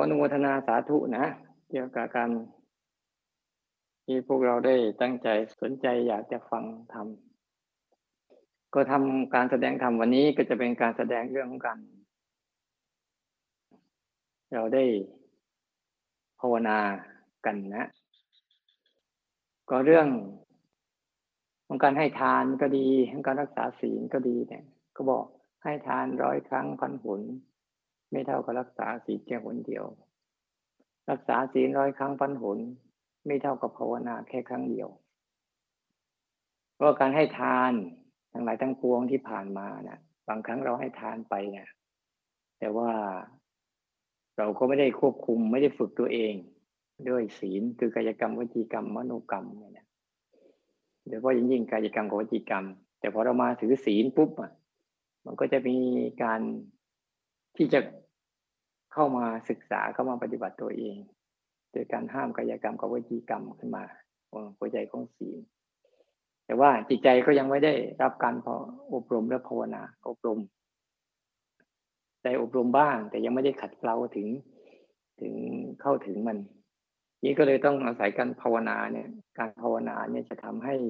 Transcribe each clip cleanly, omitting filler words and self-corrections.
ออนุโมทนาสาธุนะเกี่ยวกับการที่พวกเราได้ตั้งใจสนใจอยากจะฟังธรรมก็ทำการแสดงธรรมวันนี้ก็จะเป็นการแสดงเรื่องของการเราได้ภาวนากันนะก็เรื่องของการให้ทานก็ดีของการรักษาศีลก็ดีเนี่ยก็บอกให้ทาน100 ครั้งพันหนไม่เท่ากับรักษาศีลแค่หนเดียวรักษาศีล100 ครั้งพันหนไม่เท่ากับภาวนาแค่ครั้งเดียวเพราะการให้ทานทั้งหลายทั้งปวงที่ผ่านมานะบางครั้งเราให้ทานไปนะแต่ว่าเราก็ไม่ได้ควบคุมไม่ได้ฝึกตัวเองด้วยศีลคือกายกรรมวจีกรรมมโนกรรมเนี่ยนะโดยเฉพาะยิ่งกายกรรมกับวจีกรรมแต่พอเรามาถือศีลปุ๊บมันก็จะมีการที่จะเข้ามาศึกษาเข้ามาปฏิบัติตัวเองโดยการห้ามกายกรรมกับวจีกรรมขึ้นมาหัวใจของศีลแต่ว่าจิตใจก็ยังไม่ได้รับการอบรมและภาวนาอบรมแต่อบรมบ้างแต่ยังไม่ได้ขัดเกลาถึงเข้าถึงมันนี่ก็เลยต้องอาศัยการภาวนาเนี่ยการภาวนาเนี่ยจะทำให้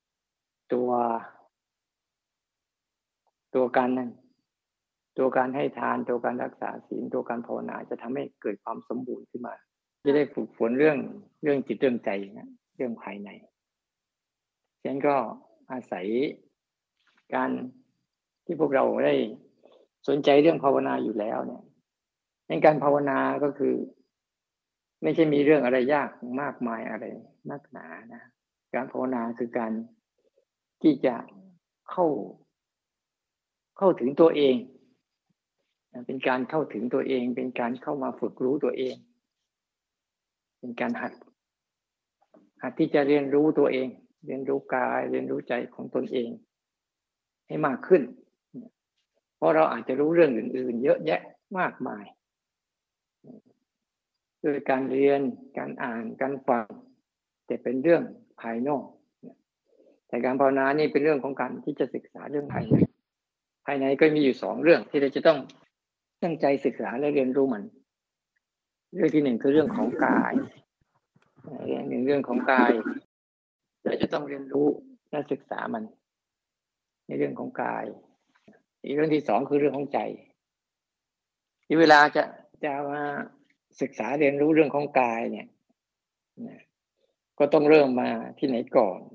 ตัวการให้ทานตัวการรักษาศีลตัวการภาวนาจะทำให้เกิดความสมบูรณ์ขึ้นมาจะได้ฝึกฝนเรื่องจิตเรื่องใจนะเรื่องภายในฉะนั้นก็อาศัยการที่พวกเราได้สนใจเรื่องภาวนาอยู่แล้วเนี่ยในการภาวนาก็คือไม่ใช่มีเรื่องอะไรยากมากมายอะไรนักหนานะการภาวนาคือการที่จะเข้าถึงตัวเองเป็นการเข้าถึงตัวเองเป็นการเข้ามาฝึกรู้ตัวเองเป็นการหัดที่จะเรียนรู้ตัวเองเรียนรู้กายเรียนรู้ใจของตนเองให้มากขึ้นเพราะเราอาจจะรู้เรื่องอื่นๆเยอะแยะมากมายโดยการเรียนการอ่านการฟังแต่เป็นเรื่องภายนอกแต่การภาวนานี่เป็นเรื่องของการที่จะศึกษาเรื่องภายในก็มีอยู่2เรื่องที่เราจะต้องตั้งใจศึกษาและเรียนรู้มันเรื่องที่1คือเรื่องของกายเรื่องของกายเราจะต้องเรียนรู้และศึกษามันในเรื่องของกายอีกเรื่องที่2คือเรื่องของใจที่เวลาจะมาศึกษาเรียนรู้เรื่องของกายเนี่ยก็ต้องเริ่มมาที่ไหนก่อน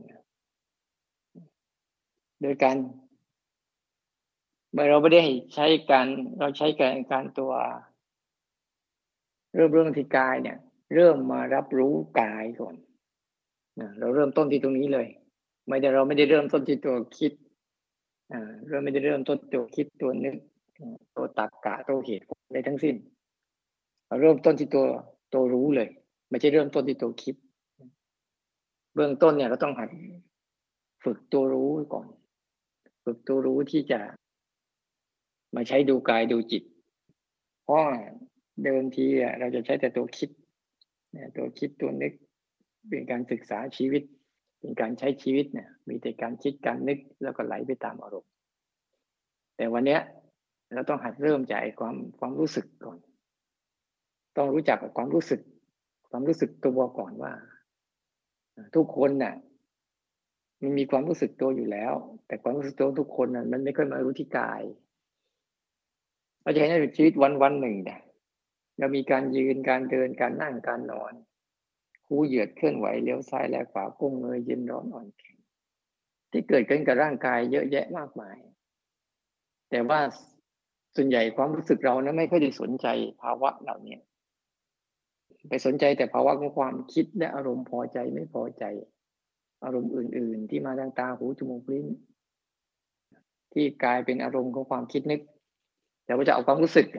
โดยการเมื่อเราไม่ได้ใช้เราใช้การตัวเริ่มที่กายเนี่ยเริ่มมารับรู้กายก่อนเราเริ่มต้นที่ตรงนี้เลยเราไม่ได้เริ่มต้นที่ตัวคิดเราไม่ได้เริ่มต้นตัวคิดตัวนึกตัวตรรกะตัวเหตุอะไรทั้งสิ้นเราเริ่มต้นที่ตัวรู้เลยไม่ใช่เริ่มต้นที่ตัวคิดเบื้องต้นเนี่ยเราต้องหัดฝึกตัวรู้ก่อนฝึกตัวรู้ที่จะมาใช้ดูกายดูจิตเพราะเดิมทีเราจะใช้แต่ตัวคิดตัวนึกเป็นการศึกษาชีวิตเป็นการใช้ชีวิตเนี่ยมีแต่การคิดการนึกแล้วก็ไหลไปตามอารมณ์แต่วันนี้เราต้องหัดเริ่มจากความรู้สึกก่อนต้องรู้จักความรู้สึกตัวก่อนว่าทุกคนน่ะมันมีความรู้สึกตัวอยู่แล้วแต่ความรู้สึกตัวทุกคนน่ะมันไม่ค่อยมารู้ที่กายเราจะเห็นในชีวิตวันหนึ่งเนี่ยเรามีการยืนการเดินการนั่งการนอนคูเหยียดเคลื่อนไหวเลี้ยวซ้ายแลขวาก้มเงยเย็นร้อนอ่อนแข็งที่เกิดขึ้นกับร่างกายเยอะแยะมากมายแต่ว่าส่วนใหญ่ความรู้สึกเรานะไม่ค่อยได้สนใจภาวะเหล่านี้ไปสนใจแต่ภาวะของความคิดและอารมณ์พอใจไม่พอใจอารมณ์อื่นๆที่มาทางตาหูจมูกลิ้นที่กลายเป็นอารมณ์ของความคิดนึกแต่ว่าจะเอาความรู้สึก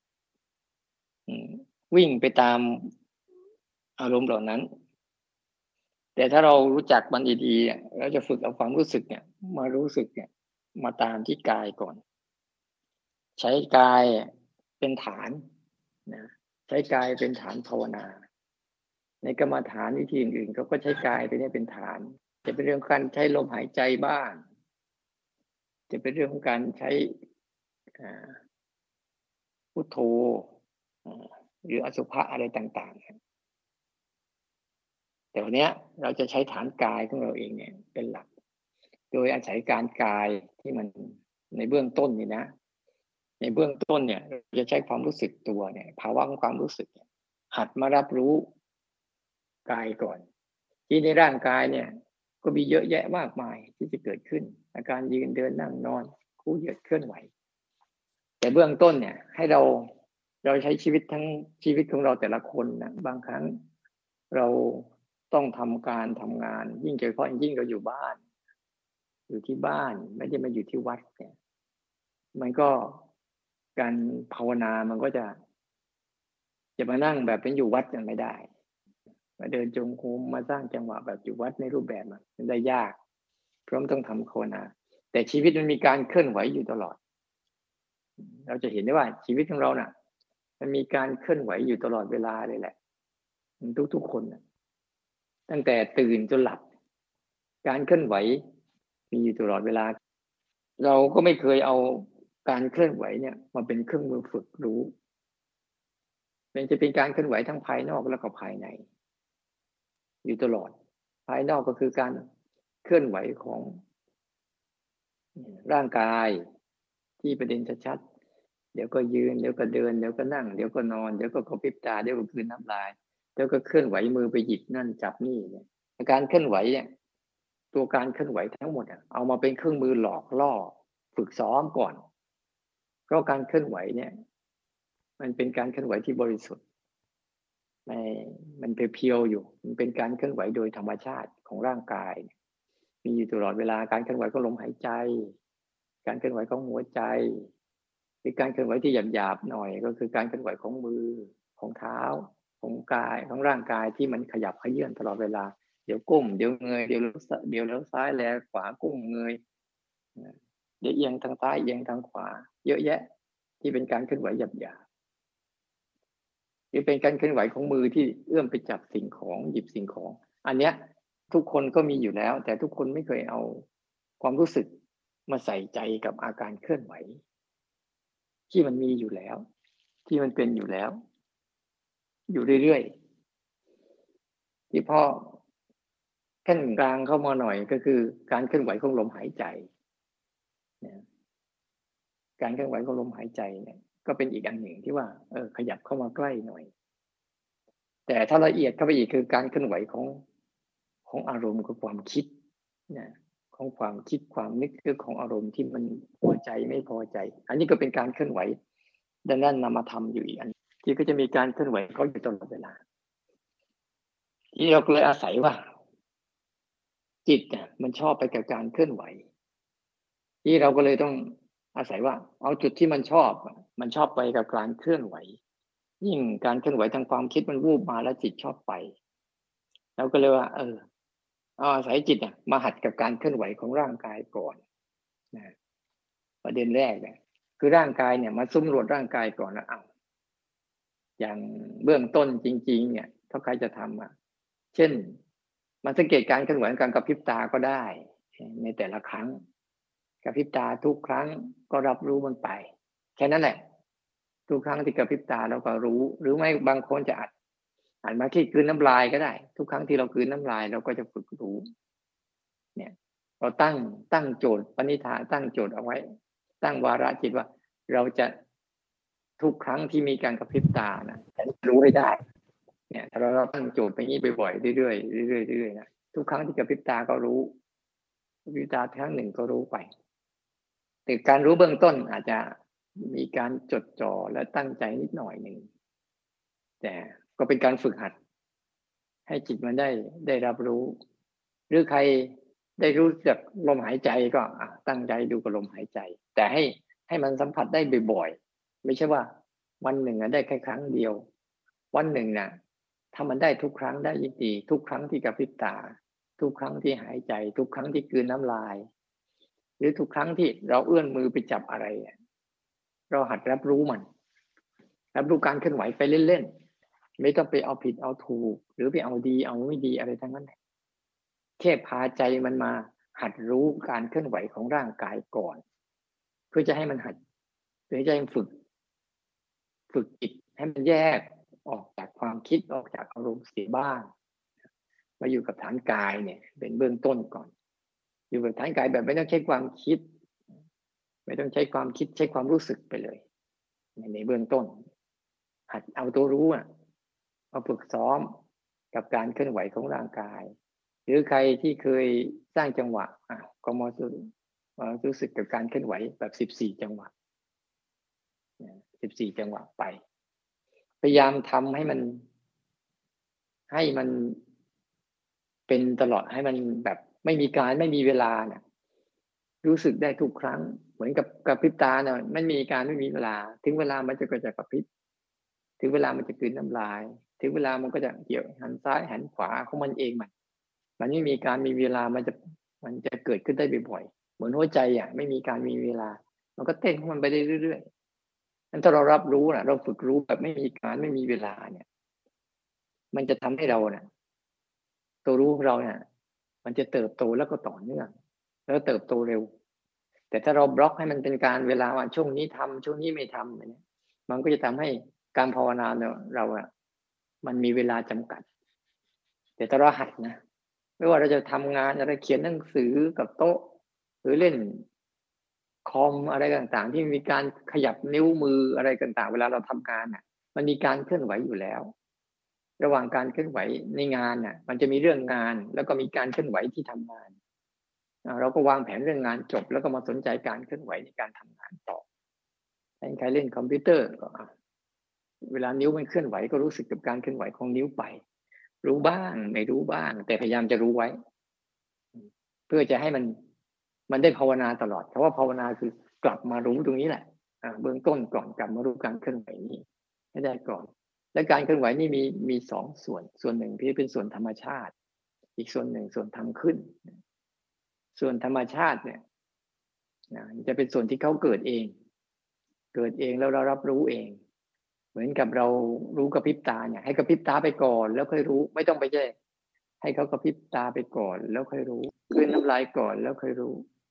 วิ่งไปตามอารมณ์เหล่านั้นแต่ถ้าเรารู้จักมันดีๆเราจะฝึกเอาความรู้สึกเนี่ยมารู้สึกเนี่ยมาตามที่กายก่อนใช้กายเป็นฐานนะใช้กายเป็นฐานภาวนาในกรรมฐานวิธีอื่นๆเขาก็ใช้กายตัวนี้เป็นฐานจะเป็นเรื่องการใช้ลมหายใจบ้างจะเป็นเรื่องของการใช้พุทโธหรืออสุภะอะไรต่างๆแต่วันนี้เราจะใช้ฐานกายของเราเองเนี่ยเป็นหลักโดยอาศัยการกายที่มันในเบื้องต้นนี่นะในเบื้องต้นเนี่ยจะใช้ความรู้สึกตัวเนี่ยภาวะของความรู้สึกหัดมารับรู้กายก่อนที่ในร่างกายเนี่ยก็มีเยอะแยะมากมายที่จะเกิดขึ้นอาการยืนเดินนั่งนอนคู่เหยียดเคลื่อนไหวแต่เบื้องต้นเนี่ยให้เราใช้ชีวิตทั้งชีวิตของเราแต่ละคนนะบางครั้งเราต้องทำการทำงานยิ่งโดยเฉพาะยิ่งเราอยู่บ้านอยู่ที่บ้านไม่ได้มาอยู่ที่วัดเนี่ยมันก็การภาวนามันก็จะมานั่งแบบเป็นอยู่วัดกันไม่ได้มาเดินจงกรมมาสร้างจังหวะแบบอยู่วัดในรูปแบบมันได้ยากเพราะมันต้องทำภาวนาแต่ชีวิตมันมีการเคลื่อนไหวอยู่ตลอดเราจะเห็นได้ว่าชีวิตของเราน่ะมันมีการเคลื่อนไหวอยู่ตลอดเวลาเลยแหละทุกคนตั้งแต่ตื่นจนหลับการเคลื่อนไหวมีอยู่ตลอดเวลาเราก็ไม่เคยเอาการเคลื่อนไหวเนี่ยมาเป็นเครื่องมือฝึกรู้มันจะเป็นการเคลื่อนไหวทั้งภายนอกแล้วก็ภายในอยู่ตลอดภายนอกก็คือการเคลื่อนไหวของร่างกายที่ประเด็นชัดๆเดี๋ยวก็ยืนเดี๋ยวก็เดินเดี๋ยวก็นั่งเดี๋ยวก็นอนเดี๋ยวก็กระพริบตาเดี๋ยวก็กลืนน้ำลายเดี๋ยวก็เคลื่อนไหวมือไปหยิบนั่นจับนี่เนี่ยการเคลื่อนไหวเนี่ยตัวการเคลื่อนไหวทั้งหมดเอามาเป็นเครื่องมือหลอกล่อฝึกซ้อมก่อนเพราะการเคลื่อนไหวเนี่ยมันเป็นการเคลื่อนไหวที่บริสุทธิ์มันเพียวๆอยู่มันเป็นการเคลื่อนไหวโดยธรรมชาติของร่างกายมีอยู่ตลอดเวลาการเคลื่อนไหวของลมหายใจการเคลื่อนไหวของหัวใจคือการเคลื่อนไหวที่หยาบๆหน่อยก็คือการเคลื่อนไหวของมือของเท้าของกายของร่างกายที่มันขยับเขยื้อนตลอดเวลาเดี๋ยวก้มเดี๋ยวเงยเดี๋ยวแล้วซ้ายแลขวาก้มเงยเดี๋ยวเอียงทางซ้ายเอียงทางขวาเยอะแยะที่เป็นการเคลื่อนไหวหยาบหรือเป็นการเคลื่อนไหวของมือที่เอื้อมไปจับสิ่งของหยิบสิ่งของอันเนี้ยทุกคนก็มีอยู่แล้วแต่ทุกคนไม่เคยเอาความรู้สึกมาใส่ใจกับอาการเคลื่อนไหวที่มันมีอยู่แล้วที่มันเป็นอยู่แล้วอยู่เรื่อยๆที่พอขั้นกลางเข้ามาหน่อยก็คือการเคลื่อนไหวของลมหายใจการเคลื่อนไหวของลมหายใจเนี่ยก็เป็นอีกอันหนึ่งที่ว่าขยับเข้ามาใกล้หน่อยแต่ถ้าละเอียดเข้าไปอีกคือการเคลื่อนไหวของอารมณ์กับความคิดนะของความคิดความนึกหรือของอารมณ์ที่มันพอใจไม่พอใจอันนี้ก็เป็นการเคลื่อนไหวดังนั้นนำมาทำอยู่อีกอันที่ก็จะมีการเคลื่อนไหวเขาอยู่ตลอดเวลาที่เราเลยอาศัยว่าจิตเนี่ยมันชอบไปกับการเคลื่อนไหวที่เราก็เลยต้องอาศัยว่าเอาจุดที่มันชอบไปกับการเคลื่อนไหวยิ่งการเคลื่อนไหวทางความคิดมันวูบมาแล้วจิตชอบไปเราก็เลยว่าอาศัยจิตมาหัดกับการเคลื่อนไหวของร่างกายก่อนนะประเด็นแรกเนี่ยคือร่างกายเนี่ยมาสำรวจร่างกายก่อนแล้วอย่างเบื้องต้นจริงๆเนี่ยถ้าใครจะทำเช่นมันสังเกตการเคลื่อนไหวการกระพริบตาก็ได้ในแต่ละครั้งกระพริบตาทุกครั้งก็รับรู้มันไปแค่นั้นแหละทุกครั้งที่กระพริบตาเราก็รู้หรือไม่บางคนจะอัดมาที่กลืนน้ำลายก็ได้ทุกครั้งที่เรากลืนน้ำลายเราก็จะฝึกรู้เนี่ยเราตั้งโจทย์ปณิธานตั้งโจทย์เอาไว้ตั้งวาระจิตว่าเราจะทุกครั้งที่มีการกระพริบตานะฉันรู้ให้ได้เนี่ยถ้าเราตั้งโจทย์ไปงี้บ่อยๆเรื่อยๆเรื่อยๆเรื่อยๆนะทุกครั้งที่กระพริบตาก็รู้กระพริบตาครั้งหนึ่งก็รู้ไปแต่การรู้เบื้องต้นอาจจะมีการจดจ่อและตั้งใจนิดหน่อยหนึ่งแต่ก็เป็นการฝึกหัดให้จิตมันได้รับรู้หรือใครได้รู้จักลมหายใจก็ตั้งใจดูกับลมหายใจแต่ให้มันสัมผัสได้บ่อยๆไม่ใช่ว่าวันหนึ่งได้แค่ครั้งเดียววันหนึ่งนะถ้ามันได้ทุกครั้งได้ยิ่งดีทุกครั้งที่กระพริบตาทุกครั้งที่หายใจทุกครั้งที่กลืนน้ำลายหรือทุกครั้งที่เราเอื้อนมือไปจับอะไรเราหัดรับรู้มันรับรู้การเคลื่อนไหวไปเล่นๆไม่ต้องไปเอาผิดเอาถูกหรือไปเอาดีเอาไม่ดีอะไรทั้งนั้นแค่พาใจมันมาหัดรู้การเคลื่อนไหวของร่างกายก่อนเพื่อจะให้มันหัดเพื่อจะให้ฝึกจิตให้มันแยกออกจากความคิดออกจากอารมณ์เสียบ้างมาอยู่กับฐานกายเนี่ยเป็นเบื้องต้นก่อนอยู่กับฐานกายแบบไม่ต้องใช้ความคิดไม่ต้องใช้ความคิดใช้ความรู้สึกไปเลยในเบื้องต้นหัดเอาตัวรู้มาฝึกซ้อมกับการเคลื่อนไหวของร่างกายหรือใครที่เคยสร้างจังหวะก็มารู้สึกกับการเคลื่อนไหวแบบ14จังหวะ14จังหวะไปพยายามทำให้มันเป็นตลอดให้มันแบบไม่มีเวลาเนี่ยรู้สึกได้ทุกครั้งเหมือนกับกระพริบตาเนี่ยไม่มีเวลาถึงเวลามันก็จะกระพริบถึงเวลามันจะกลืนน้ำลายถึงเวลามันก็จะเกี่ยวหันซ้ายหันขวาของมันเองมันไม่มีเวลามันจะเกิดขึ้นได้บ่อยๆเหมือนหัวใจไม่มีเวลามันก็เต้นของมันไปได้เรื่อยๆงั้นถ้าเรารับรู้เราฝึกรู้แบบไม่มีเวลาเนี่ยมันจะทำให้เราตัวรู้ของเราเนี่ยมันจะเติบโตแล้วก็ต่อเนื่องแล้วเติบโตเร็วแต่ถ้าเราบล็อกให้มันเป็นการเวลาว่าช่วงนี้ทำช่วงนี้ไม่ทำอย่างเงี้ยมันก็จะทำให้การภาวนาเนี่ยเรามันมีเวลาจำกัดแต่ถ้าเราหัดนะไม่ว่าเราจะทำงานอะไรเขียนหนังสือกับโต๊ะหรือเล่นคอมอะไรต่างๆที่มีการขยับนิ้วมืออะไรต่างๆเวลาเราทำงานมันมีการเคลื่อนไหวอยู่แล้วระหว่างการเคลื่อนไหวในงานมันจะมีเรื่องงานแล้วก็มีการเคลื่อนไหวที่ทำงานเราก็วางแผนเรื่องงานจบแล้วก็มาสนใจการเคลื่อนไหวในการทำงานต่อใครเล่นคอมพิวเตอร์ก็เวลานิ้วมันเคลื่อนไหวก็รู้สึกกับการเคลื่อนไหวของนิ้วไปรู้บ้างไม่รู้บ้างแต่พยายามจะรู้ไว้เพื่อจะให้มันได้ภาวนาตลอดเพราะว่าภาวนาคือกลับมารู้ตรงนี้แหละเบื้องต้นก่อนกลับมารู้การเคลื่อนไหวนี้ให้ได้ก่อนและการเคลื่อนไหวนี่มี2ส่วนหนึ่งที่เป็นส่วนธรรมชาติอีกส่วนหนึ่งส่วนทำขึ้นส่วนธรรมชาติเนี่ยจะเป็นส่วนที่เขาเกิดเองแล้วเรารับรู้เองเหมือนกับเรารู้กระพริบตาให้กระพริบตาไปก่อนแล้วค่อยรู้ไม่ต้องไปแยกให้เขากระพริบตาไปก่อนแล้วค่อยรู้กลืนน้ำลายก่อนแล้วค่อยรู้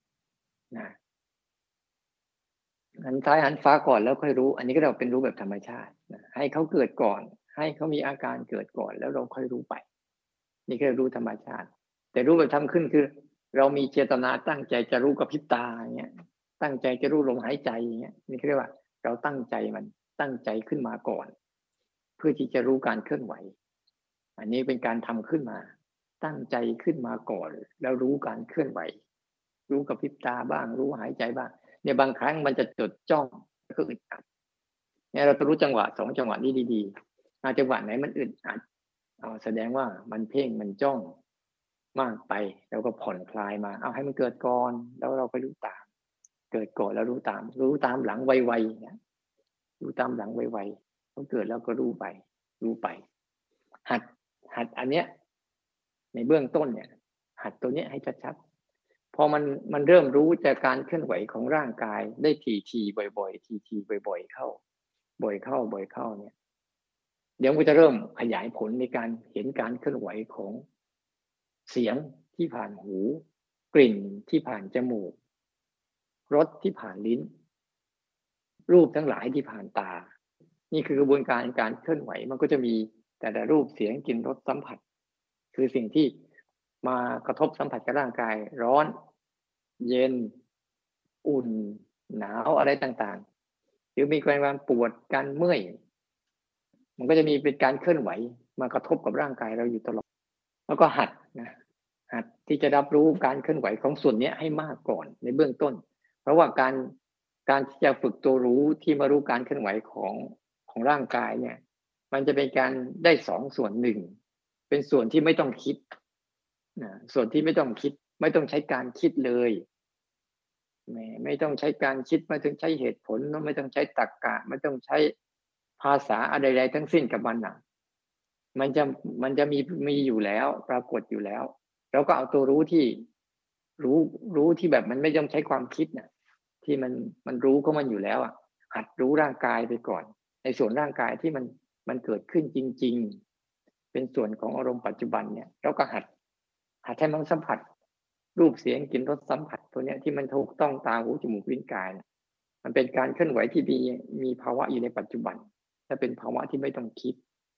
หันซ้ายหันขวาก่อนแล้วค่อยรู้อันนี้ก็เราเป็นรู้แบบธรรมชาติให้เขาเกิดก่อนให้เขามีอาการเกิดก่อนแล้วเราค่อยรู้ไปนี่คือรู้ธรรมชาติแต่รู้แบบทำขึ้นคือเรามีเจตนาตั้งใจจะรู้กระพริบตาอย่างเงี้ยตั้งใจจะรู้ลมหายใจอย่างเงี้ยนี่เรียกว่าเราตั้งใจขึ้นมาก่อนเพื่อที่จะรู้การเคลื่อนไหวอันนี้เป็นการทำขึ้นมาตั้งใจขึ้นมาก่อนแล้วรู้การเคลื่อนไหวรู้กระพริบตาบ้างรู้หายใจบ้างเนี่ยบางครั้งมันจะจดจ้องก็อึดอัดเนี่ยเราต้องรู้จังหวะ2จังหวะนี้ดีๆจังหวะไหนมันอึดอัดแสดงว่ามันเพ่งมันจ้องมากไปเราก็ผ่อนคลายมาเอาให้มันเกิดก่อนแล้วเราก็รู้ตามเกิดก่อนแล้วรู้ตามหลังไวๆเนี่ยรู้ตามหลังไวๆเขาเกิดแล้วก็รู้ไปหัดอันเนี้ยในเบื้องต้นเนี่ยหัดตัวเนี้ยให้ชัดๆพอมันเริ่มรู้จากการเคลื่อนไหวของร่างกายได้ทีบ่อยๆทีบ่อยๆเข้าบ่อยเข้าเนี่ยเดี๋ยวมันจะเริ่มขยายผลในการเห็นการเคลื่อนไหวของเสียงที่ผ่านหูกลิ่นที่ผ่านจมูกรสที่ผ่านลิ้นรูปทั้งหลายที่ผ่านตานี่คือกระบวนการการเคลื่อนไหวมันก็จะมีแต่ละรูปเสียงกลิ่นรสสัมผัสคือสิ่งที่มากระทบสัมผัสกับร่างกายร้อนเย็นอุ่นหนาวอะไรต่างๆหรือมีการปวดการเมื่อยมันก็จะมีเป็นการเคลื่อนไหวมากระทบกับร่างกายเราอยู่ตลอดแล้วก็หัดที่จะรับรู้การเคลื่อนไหวของส่วนนี้ให้มากก่อนในเบื้องต้นเพราะว่าการที่จะฝึกตัวรู้ที่มารู้การเคลื่อนไหวของร่างกายเนี่ยมันจะเป็นการได้2ส่วนหนึ่งเป็นส่วนที่ไม่ต้องคิดส่วนที่ไม่ต้องคิดไม่ต้องใช้การคิดเลยไม่ต้องใช้การคิดไม่ต้องใช้เหตุผลไม่ต้องใช้ตรรกะไม่ต้องใช้ภาษาอะไรใดทั้งสิ้นกับมันมันจะมีอยู่แล้วปรากฏอยู่แล้วเราก็เอาตัวรู้ที่รู้ที่แบบมันไม่ต้องใช้ความคิดที่มันรู้ของมันอยู่แล้วหัดรู้ร่างกายไปก่อนในส่วนร่างกายที่มันเกิดขึ้นจริงๆเป็นส่วนของอารมณ์ปัจจุบันเนี่ยเราก็หัดให้มันสัมผัสรูปเสียงกลิ่นรสสัมผัสตัวเนี้ยที่มันถูกต้องตาหูจมูกลิ้นกายมันเป็นการเคลื่อนไหวที่มีภาวะอยู่ในปัจจุบันและเป็นภาวะที่ไม่ต้องคิด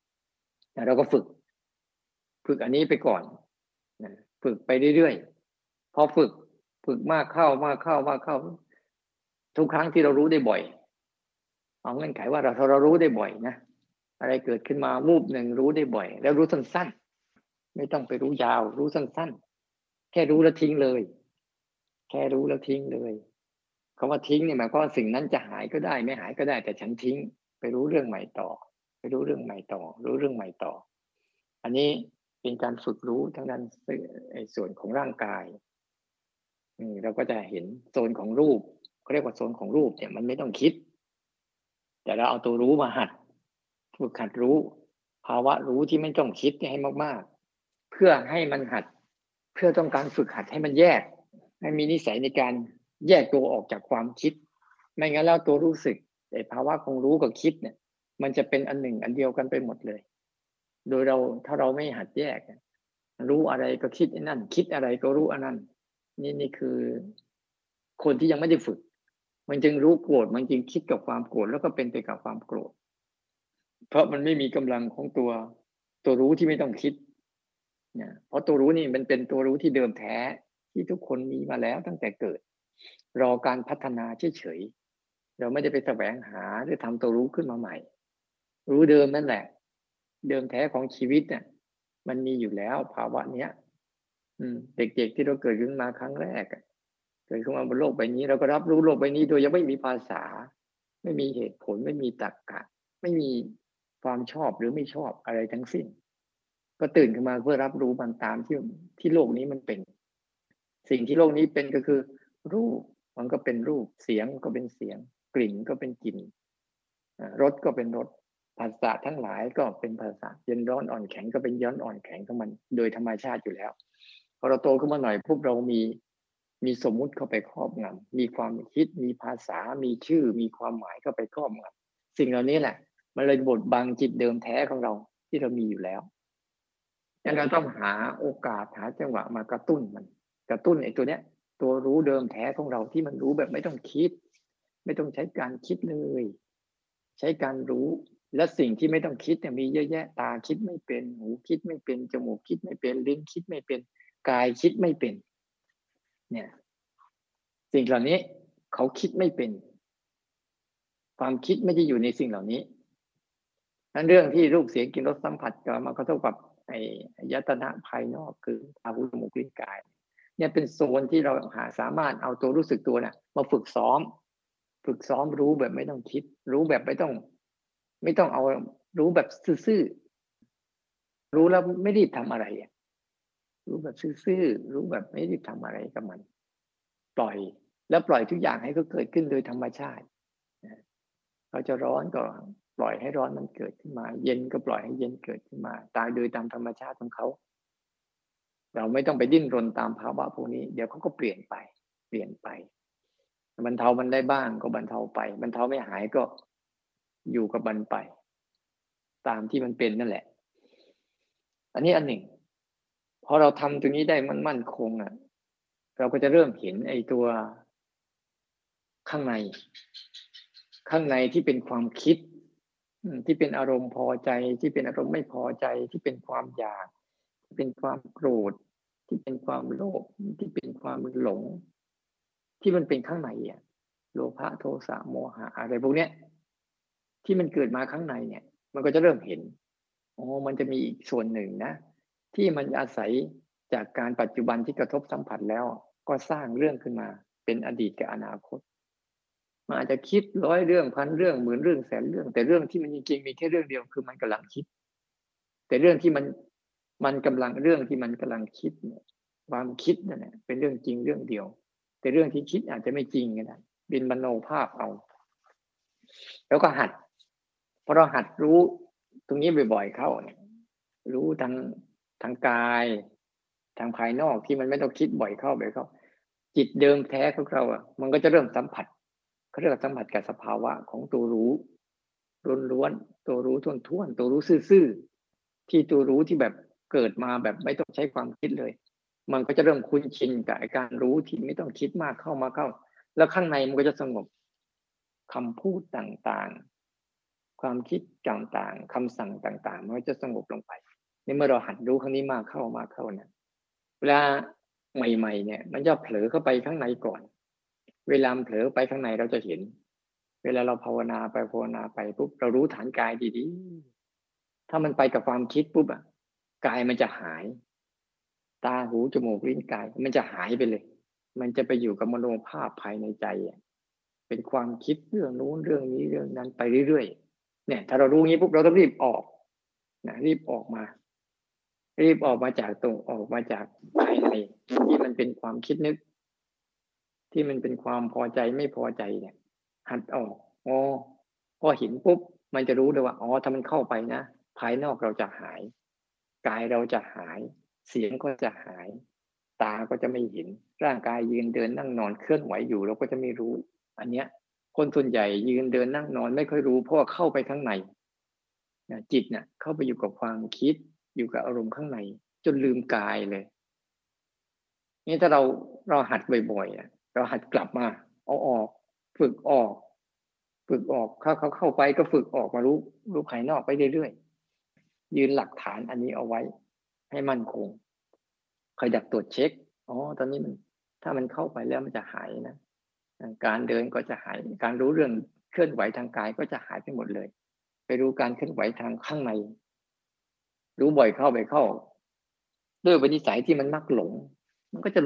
เราก็ฝึกอันนี้ไปก่อนฝึกไปเรื่อยๆพอฝึกมากเข้าทุกครั้งที่เรารู้ได้บ่อยเอาเงื่อนไขว่าถ้าเรารู้ได้บ่อยนะอะไรเกิดขึ้นมาวูบหนึ่งรู้ได้บ่อยแล้วรู้สั้นๆไม่ต้องไปรู้ยาวรู้สั้นๆแค่รู้แล้วทิ้งเลยแค่รู้แล้วทิ้งเลยคำว่าทิ้งเนี่ยหมายความว่าสิ่งนั้นจะหายก็ได้ไม่หายก็ได้แต่ฉันทิ้งไปรู้เรื่องใหม่ต่อไปรู้เรื่องใหม่ต่อรู้เรื่องใหม่ต่ออันนี้เป็นการฝึกรู้ทั้งด้านส่วนของร่างกายเราก็จะเห็นโซนของรูปเขาเรียกว่าโซนของรูปเนี่ยมันไม่ต้องคิดแต่เราเอาตัวรู้มาฝึกหัดรู้ภาวะรู้ที่ไม่ต้องคิดให้มากๆเพื่อให้มันหัดเพื่อต้องการฝึกหัดให้มันแยกให้มีนิสัยในการแยกตัวออกจากความคิดไม่งั้นแล้วตัวรู้สึกแต่ภาวะของรู้กับคิดเนี่ยมันจะเป็นอันหนึ่งอันเดียวกันไปหมดเลยโดยถ้าเราไม่หัดแยกรู้อะไรก็คิดไอ้นั่นคิดอะไรก็รู้อันนั้นนี่คือคนที่ยังไม่ได้ฝึกมันจึงรู้โกรธมันจึงคิดกับความโกรธแล้วก็เป็นไปกับความโกรธเพราะมันไม่มีกำลังของตัวรู้ที่ไม่ต้องคิดนะเพราะตัวรู้นี่มันเป็นตัวรู้ที่เดิมแท้ที่ทุกคนมีมาแล้วตั้งแต่เกิดรอการพัฒนาเฉยๆเราไม่ได้ไปแสวงหาหรือทำตัวรู้ขึ้นมาใหม่รู้เดิมนั่นแหละเดิมแท้ของชีวิตเนี่ยมันมีอยู่แล้วภาวะเนี้ยเด็กๆที่เราเกิดขึ้นมาครั้งแรกเกิดขึ้นมาบนโลกใบนี้เราก็รับรู้โลกใบนี้โดยยังไม่มีภาษาไม่มีเหตุผลไม่มีตรรกะไม่มีความชอบหรือไม่ชอบอะไรทั้งสิ้นก็ตื่นขึ้นมาเพื่อรับรู้มันตามที่โลกนี้มันเป็นสิ่งที่โลกนี้เป็นก็คือรูปมันก็เป็นรูปเสียงก็เป็นเสียงกลิ่นก็เป็นกลิ่นรสก็เป็นรสภาษาทั้งหลายก็เป็นภาษาเย็นร้อนอ่อนแข็งก็เป็นย้อนอ่อนแข็งของมันโดยธรรมชาติอยู่แล้วพอเราโตขึ้นมาหน่อยพวกเรามีสมมุติเข้าไปครอบงำมีความคิดมีภาษามีชื่อมีความหมายเข้าไปครอบงำสิ่งเหล่านี้แหละมันเลยบดบังจิตเดิมแท้ของเราที่เรามีอยู่แล้วดังนั้นเราต้องหาโอกาสหาจังหวะมากระตุ้นมันกระตุ้นไอ้ตัวเนี้ยตัวรู้เดิมแท้ของเราที่มันรู้แบบไม่ต้องคิดไม่ต้องใช้การคิดเลยใช้การรู้และสิ่งที่ไม่ต้องคิดเนี่ยมีเยอะแยะตาคิดไม่เป็นหูคิดไม่เป็นจมูกคิดไม่เป็นลิ้นคิดไม่เป็นกายคิดไม่เป็นเนี่ยสิ่งเหล่านี้เขาคิดไม่เป็นความคิดไม่ได้อยู่ในสิ่งเหล่านี้นั้นเรื่องที่รูปเสียงกลิ่นรสสัมผัสก็มากระทบกับไอ้อายตนะภายนอกคือตาหูจมูกลิ้นกายเนี่ยเป็นโซนที่เราสามารถเอาตัวรู้สึกตัวน่ะมาฝึกซ้อมรู้แบบไม่ต้องคิดรู้แบบไม่ต้องเอารู้แบบซื่อๆรู้แล้วไม่รีบทำอะไรรู้แบบซื่อๆรู้แบบไม่รีบทำอะไรกับมันปล่อยแล้วปล่อยทุกอย่างให้เขาเกิดขึ้นโดยธรรมชาติเขาจะร้อนก็ปล่อยให้ร้อนมันเกิดขึ้นมาเย็นก็ปล่อยให้เย็นเกิดขึ้นมาตายโดยตามธรรมชาติของเขาเราไม่ต้องไปดิ้นรนตามภาวะพวกนี้เดี๋ยวเขาก็เปลี่ยนไปบรรเทามันได้บ้างก็บรรเทาไปบรรเทาไม่หายก็อยู่กับมันไปตามที่มันเป็นนั่นแหละอันนี้อันหนึ่งพอเราทำตรงนี้ได้มั่นคงเราก็จะเริ่มเห็นไอ้ตัวข้างในที่เป็นความคิดที่เป็นอารมณ์พอใจที่เป็นอารมณ์ไม่พอใจที่เป็นความอยากที่เป็นความโกรธที่เป็นความโลภที่เป็นความหลงที่มันเป็นข้างในโลภะโทสะโมหะอะไรพวกเนี้ยที่มันเกิดมาข้างในเนี่ยมันก็จะเริ่มเห็นมันจะมีอีกส่วนหนึ่งนะที่มันอาศัยจากการปัจจุบันที่กระทบสัมผัสแล้วก็สร้างเรื่องขึ้นมาเป็นอดีตกับอนาคตมันอาจจะคิด100เรื่อง1,000เรื่อง10,000เรื่องแสนเรื่องแต่เรื่องที่มันจริงๆมีแค่เรื่องเดียวคือมันกำลังคิดแต่เรื่องที่มันกำลังเรื่องที่มันกำลังคิดเนี่ยความคิดนั่นแหละเป็นเรื่องจริงเรื่องเดียวแต่เรื่องที่คิดอาจจะไม่จริงก็ได้เป็นมโนภาพเอาแล้วก็หัดพอเราหัดรู้ตรงนี้บ่อยๆเข้าเนี่ยรู้ทางกายทางภายนอกที่มันไม่ต้องคิดบ่อยเข้าจิตเดิมแท้ของเรามันก็จะเริ่มสัมผัสเขาเรียกว่าสัมผัสกับสภาวะของตัวรู้ล้วนๆตัวรู้ท่วนๆตัวรู้ซื่อๆที่ตัวรู้ที่แบบเกิดมาแบบไม่ต้องใช้ความคิดเลยมันก็จะเริ่มคุ้นชินกับการรู้ที่ไม่ต้องคิดมากเข้าแล้วข้างในมันก็จะสงบคำพูดต่างความคิดต่างๆคำสั่งต่างๆมันก็จะสงบลงไปในเมื่อเราหัดรู้ครั้งนี้มากเข้เนี่ยเวลาใหม่ๆเนี่ยมันจะเผลอเข้าไปข้างในก่อนเวลาเผลอไปข้างในเราจะเห็นเวลาเราภาวนาไปปุ๊บเรารู้ฐานกายดีๆถ้ามันไปกับความคิดปุ๊บอะกายมันจะหายตาหูจมูกลิ้นกายมันจะหายไปเลยมันจะไปอยู่กับมโนภาพภายในใจอะเป็นความคิดเรื่องนู้นเรื่องนี้เรื่องนั้นไปเรื่อยๆเนี่ยถ้าเรารู้งี้ปุ๊บเราต้องรีบออกนะรีบออกมาจากตรงออกมาจากภายในที่มันเป็นความคิดนึกที่มันเป็นความพอใจไม่พอใจเนี่ยหัดออกอ๋อพอเห็นปุ๊บมันจะรู้เลยว่าอ๋อถ้ามันเข้าไปนะภายนอกเราจะหายกายเราจะหายเสียงก็จะหายตาก็จะไม่เห็นร่างกายยืนเดินนั่งนอนเคลื่อนไหวอยู่เราก็จะไม่รู้อันเนี้ยคนส่วนใหญ่ยืนเดินนั่งนอนไม่ค่อยรู้เพราะว่าเข้าไปข้างในนะจิตเนี่ยเข้าไปอยู่กับความคิดอยู่กับอารมณ์ข้างในจนลืมกายเลยนี่ถ้าเราหัดบ่อยๆเราหัดกลับมาเอาออกฝึกออกเข้าไปก็ฝึกออกมารู้ภายนอกไปเรื่อยๆยืนหลักฐานอันนี้เอาไว้ให้มั่นคงคอยดักตรวจเช็คอ๋อตอนนี้มันถ้ามันเข้าไปแล้วมันจะหายนะการเดินก็จะหายการรู้เรื่องเคลื่อนไหวทางกายก็จะหายไปหมดเลยไปรู้การเคลื่อนไหวทางข้างในรู้บ่อยเข้าด้วยวินิสัยที่มันมักหลงมันก็จะ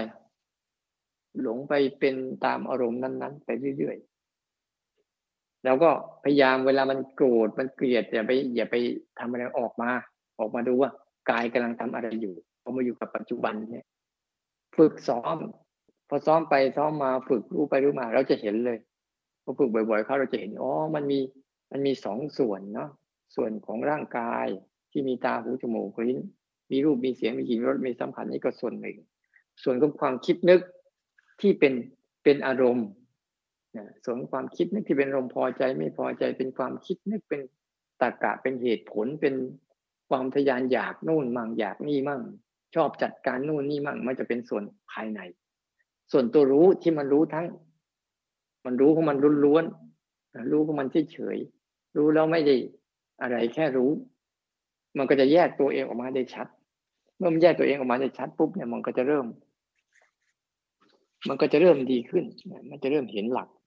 หลงไปเป็นตามอารมณ์นั้นๆไปเรื่อยๆแล้วก็พยายามเวลามันโกรธมันเกลียดอย่าไปทำอะไรออกมาดูว่ากายกำลังทำอะไรอยู่พอมาอยู่กับปัจจุบันเนี่ยฝึกซ้อมพอซ้อมไปซ้อมมาฝึกรู้ไปรู้มาเราจะเห็นเลยพอฝึกบ่อยๆเข้าเราจะเห็นอ๋อมันมีสองส่วนเนาะส่วนของร่างกายที่มีตาหูจมูกลิ้นมีรูปมีเสียงมีกลิ่นมีรสมีสัมผัสนี่ก็ส่วนหนึ่งส่วนของความคิดนึกที่เป็นอารมณ์ส่วนความคิดนึกที่เป็นอารมณ์พอใจไม่พอใจเป็นความคิดนึกเป็นตรรกะเป็นเหตุผลเป็นความทะยานอยากนู่นมั่งอยากนี่มั่งชอบจัดการนู่นนี่มั่งมันจะเป็นส่วนภายในส่วนตัวรู้ที่มันรู้ทั้งมันรู้ของมันล้วนๆรู้ของมันเฉยๆรู้แล้วไม่ได้อะไรแค่รู้มันก็จะแยกตัวเองออกมาได้ชัดเมื่อมันแยกตัวเองออกมาได้ชัดปุ๊บเนี่ยมันก็จะเริ่มดีขึ้นมันจะเริ่มเห็นหลัก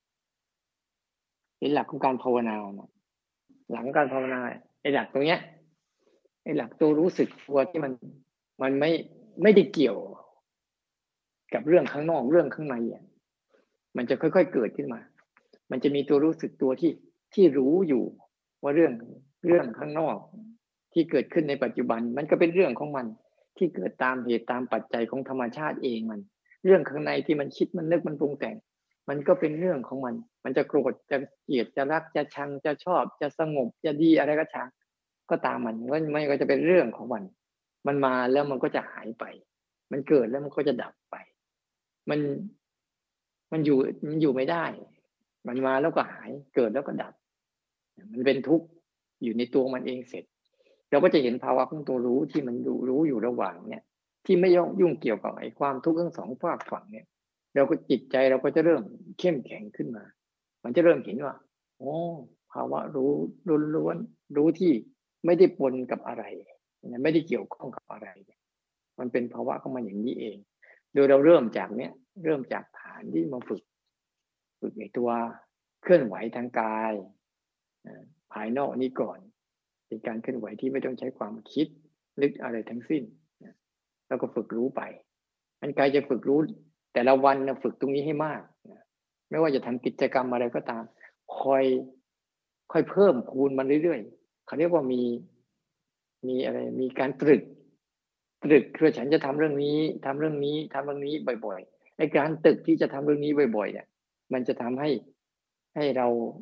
ของการภาวนาหลังการภาวนาไอ้หลักตรงเนี้ยไอ้หลักตัวรู้สึกตัวที่มันไม่ได้เกี่ยวกับเรื่องข้างนอกเรื่องข้างในอ่ะมันจะค่อยๆเกิดขึ้นมามันจะมีตัวรู้สึกตัวที่รู้อยู่ว่าเรื่องข้างนอกที่เกิดขึ้นในปัจจุบันมันก็เป็นเรื่องของมันที่เกิดตามเหตุตามปัจจัยของธรรมชาติเองมันเรื่องข้างในที่มันคิดมันนึกมันปรุงแต่งมันก็เป็นเรื่องของมันจะโกรธจะเกลียดจะรักจะชังจะชอบจะสงบจะดีอะไรก็ช่างก็ตามมันก็จะเป็นเรื่องของมันมาแล้วมันก็จะหายไปมันเกิดแล้วมันก็จะดับไปมันมันอยู่ไม่ได้มันมาแล้วก็หายเกิดแล้วก็ดับมันเป็นทุกข์อยู่ในตัวมันเองเสร็จเราก็จะเห็นภาวะของตัวรู้ที่มันรู้อยู่ระหว่างเนี่ยที่ไม่ยุ่งเกี่ยวกับไอ้ความทุกข์ทั้งสองฝากฝั่งเนี่ยเราก็จิตใจเราก็จะเริ่มเข้มแข็งขึ้นมามันจะเริ่มเห็นว่าโอ้ภาวะรู้ล้วนๆรู้ที่ไม่ได้ปนกับอะไรไม่ได้เกี่ยวข้องกับอะไรมันเป็นภาวะของมันอย่างนี้เองโดยเราเริ่มจากฐานที่มาฝึกในตัวเคลื่อนไหวทางกายภายนอกนี้ก่อนเป็นการเคลื่อนไหวที่ไม่ต้องใช้ความคิดนึกอะไรทั้งสิ้นแล้วก็ฝึกรู้ไปมันกายจะฝึกรู้แต่ละวันนะฝึกตรงนี้ให้มากไม่ว่าจะทำกิจกรรมอะไรก็ตามคอยเพิ่มคูณมันเรื่อยๆเขาเรียกว่ามีอะไรมีการตรึกคือฉันจะทำเรื่องนี้บ่อยๆไอ้การตรึกที่จะทำเรื่องนี้บ่อยๆเนี่ยมันจะทำให้เรา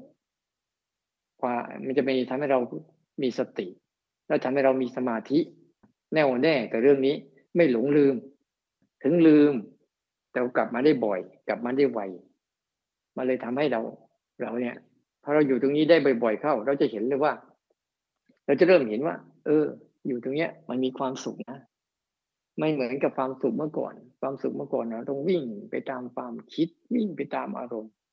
มันจะทำให้เรามีสติแล้วทำให้เรามีสมาธิแน่วแน่กับเรื่องนี้ไม่หลงลืมถึงลืมแต่กลับมาได้บ่อยกลับมาได้ไวมันเลยทำให้เราเนี่ยพอเราอยู่ตรงนี้ได้บ่อยๆเข้าเราจะเห็นเลยว่าเราจะเริ่มเห็นว่าอยู่ตรงเนี้ยมันมีความสุขนะไม่เหมือนกับความสุขเมื่อก่อนเราต้องวิ่งไปตามความคิดวิ่งไปตามอารมณ์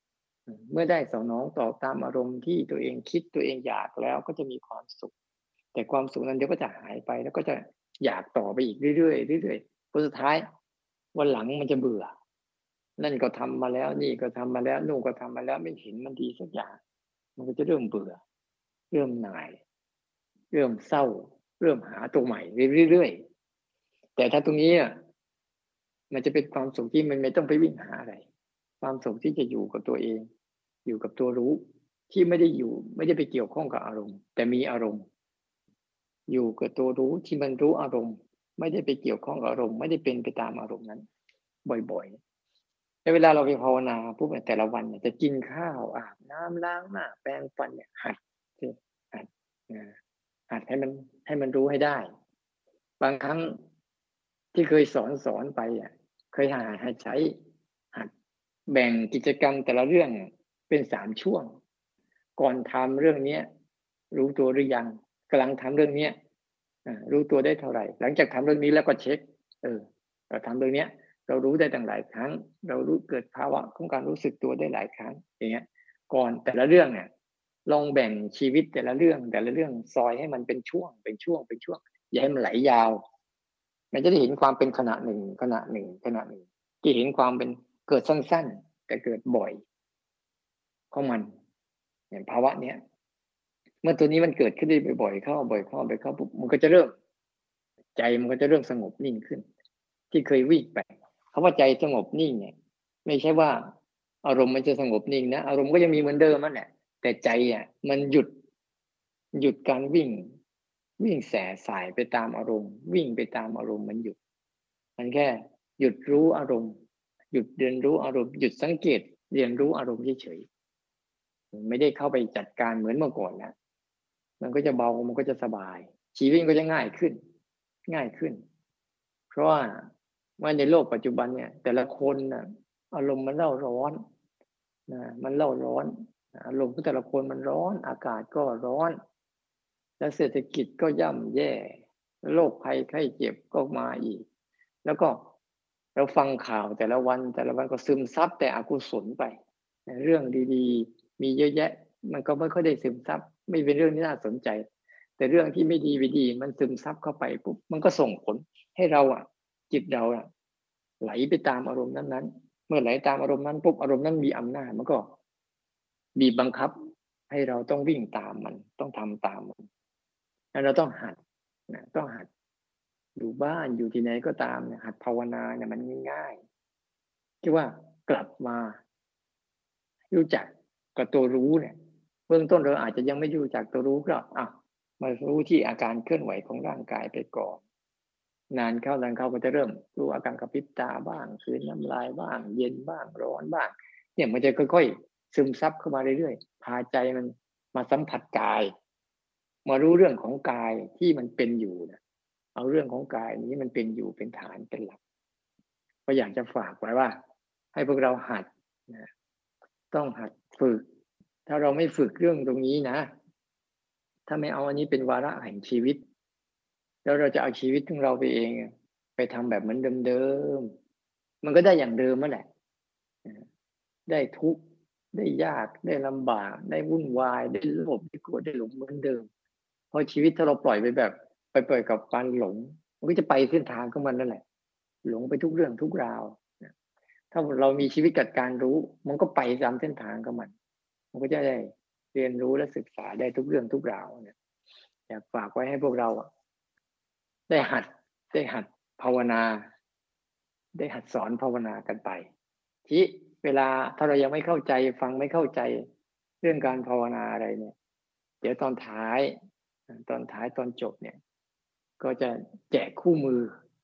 เมื่อได้สนองตอบตามอารมณ์ที่ตัวเองคิดตัวเองอยากแล้วก็จะมีความสุขแต่ความสุขนั้นเดี๋ยวก็จะหายไปแล้วก็จะอยากต่อไปอีกเรื่อยๆเรื่อยๆผลสุดท้ายวันหลังมันจะเบื่อนั่นก็ทำมาแล้วนี่ก็ทำมาแล้วนู่นก็ทำมาแล้วไม่เห็นมันดีสักอย่างมันก็จะเริ่มเบื่อเริ่มหน่ายเริ่มเศร้าเริ่มหาตัวใหม่เรื่อยๆแต่ถ้าตรงนี้มันจะเป็นความสุขที่มันไม่ต้องไปวิ่งหาอะไรความสุขที่จะอยู่กับตัวเองอยู่กับตัวรู้ที่ไม่ได้ไปเกี่ยวข้องกับอารมณ์แต่มีอารมณ์อยู่กับตัวรู้ที่มันรู้อารมณ์ไม่ได้ไปเกี่ยวข้องกับอารมณ์ไม่ได้เป็นไปตามอารมณ์นั้นบ่อยๆแล้วเวลาเราไปภาวนาปุ๊บแต่ละวันจะกินข้าวอาบน้ำล้างหน้าแปรงฟันเนี่ยหัดสิหัดหัดให้มันรู้ให้ได้บางครั้งที่เคยสอนไปเคยหัดใช้หัดแบ่งกิจกรรมแต่ละเรื่องเป็น3 ช่วงก่อนทำเรื่องนี้รู้ตัวหรือยังกำลังทำเรื่องนี้รู้ตัวได้เท่าไหร่หลังจากทำเรื่องนี้แล้วก็เช็คเราทำเรื่องนี้เรารู้ได้ตั้งหลายครั้งเรารู้เกิดภาวะของการรู้สึกตัวได้หลายครั้งอย่างเงี้ยก่อนแต่ละเรื่องเนี่ยลองแบ่งชีวิตแต่ละเรื่องซอยให้มันเป็นช่วงอย่าให้มันไหลยาวมันจะได้เห็นความเป็นขณะหนึ่งจะเห็นความเป็นเกิดสั้นๆแต่เกิดบ่อยของมันอย่างภาวะเนี้ยเมื่อตัวนี้มันเกิดขึ้นได้บ่อยๆเข้าปุ๊บมันก็จะเริ่มใจมันก็จะเริ่มสงบนิ่งขึ้นที่เคยวิ่งไปคำว่าใจสงบนิ่งเนี่ยไม่ใช่ว่าอารมณ์มันจะสงบนิ่งนะอารมณ์ก็ยังมีเหมือนเดิมนั่นแหละแต่ใจมันหยุดการวิ่งแส่สายไปตามอารมณ์วิ่งไปตามอารมณ์มันหยุดมันแค่หยุดรู้อารมณ์หยุดเรียนรู้อารมณ์หยุดสังเกตเรียนรู้อารมณ์เฉยๆไม่ได้เข้าไปจัดการเหมือนเมื่อก่อนนะมันก็จะเบามันก็จะสบายชีวิตก็จะง่ายขึ้นเพราะว่าในโลกปัจจุบันเนี่ยแต่ละคนอารมณ์มันเร่าร้อนมันเร่าร้อนอารมณ์ของแต่ละคนมันร้อนอากาศก็ร้อนและเศรษฐกิจก็ย่ำแย่โรคภัยไข้เจ็บก็มาอีกแล้วก็เราฟังข่าวแต่ละวันก็ซึมซับแต่อกุศลไปเรื่องดีๆมีเยอะแยะมันก็ไม่ค่อยได้ซึมซับไม่เป็นเรื่องที่น่าสนใจแต่เรื่องที่ไม่ดีมันซึมซับเข้าไปปุ๊บมันก็ส่งผลให้เราจิตเราไหลไปตามอารมณ์นั้นๆเมื่อไหลตามอารมณ์นั้นปุ๊บอารมณ์นั้นมีอำนาจมันก็บีบบังคับให้เราต้องวิ่งตามมันต้องทำตามมันแล้วเราต้องหัดต้องหัดอยู่บ้านอยู่ที่ไหนก็ตามหัดภาวนามันง่ายๆที่ว่ากลับมารู้จักกับตัวรู้เนี่ยเบื้องต้นเราอาจจะยังไม่รู้จักตัวรู้ก็มารู้ที่อาการเคลื่อนไหวของร่างกายไปก่อนนานเข้าก็จะเริ่มรู้อาการกระพริบตาบ้างคืนน้ำลายบ้างเย็นบ้างร้อนบ้างเนี่ยมันจะค่อยๆซึมซับเข้ามาเรื่อยๆพาใจมันมาสัมผัสกายมารู้เรื่องของกายที่มันเป็นอยู่นะเอาเรื่องของกายนี้มันเป็นอยู่เป็นฐานเป็นหลักก็อยากจะฝากไว้ว่าให้พวกเราหัดนะต้องหัดฝึกถ้าเราไม่ฝึกเรื่องตรงนี้นะถ้าไม่เอาอันนี้เป็นวาระแห่งชีวิตแล้วเราจะเอาชีวิตของเราไปเองไปทำแบบเหมือนเดิมๆมันก็ได้อย่างเดิมนั่นแหละได้ทุกข์ได้ยากได้ลำบากได้วุ่นวายได้โลภได้โกรธได้หลงเหมือนเดิมเพราะชีวิตถ้าเราปล่อยไปแบบไปปล่อยกับการหลงมันก็จะไปเส้นทางของมันนั่นแหละหลงไปทุกเรื่องทุกราวถ้าเรามีชีวิตกับการรู้มันก็ไปตามเส้นทางของมันมันก็จะได้เรียนรู้และศึกษาได้ทุกเรื่องทุกราวเนี่ยอยากฝากไว้ให้พวกเราได้หัดภาวนาได้หัดสอนภาวนากันไปที่เวลาถ้าเรายังไม่เข้าใจฟังไม่เข้าใจเรื่องการภาวนาอะไรเนี่ยเดี๋ยวตอนท้ายตอนจบเนี่ยก็จะแจกคู่มือ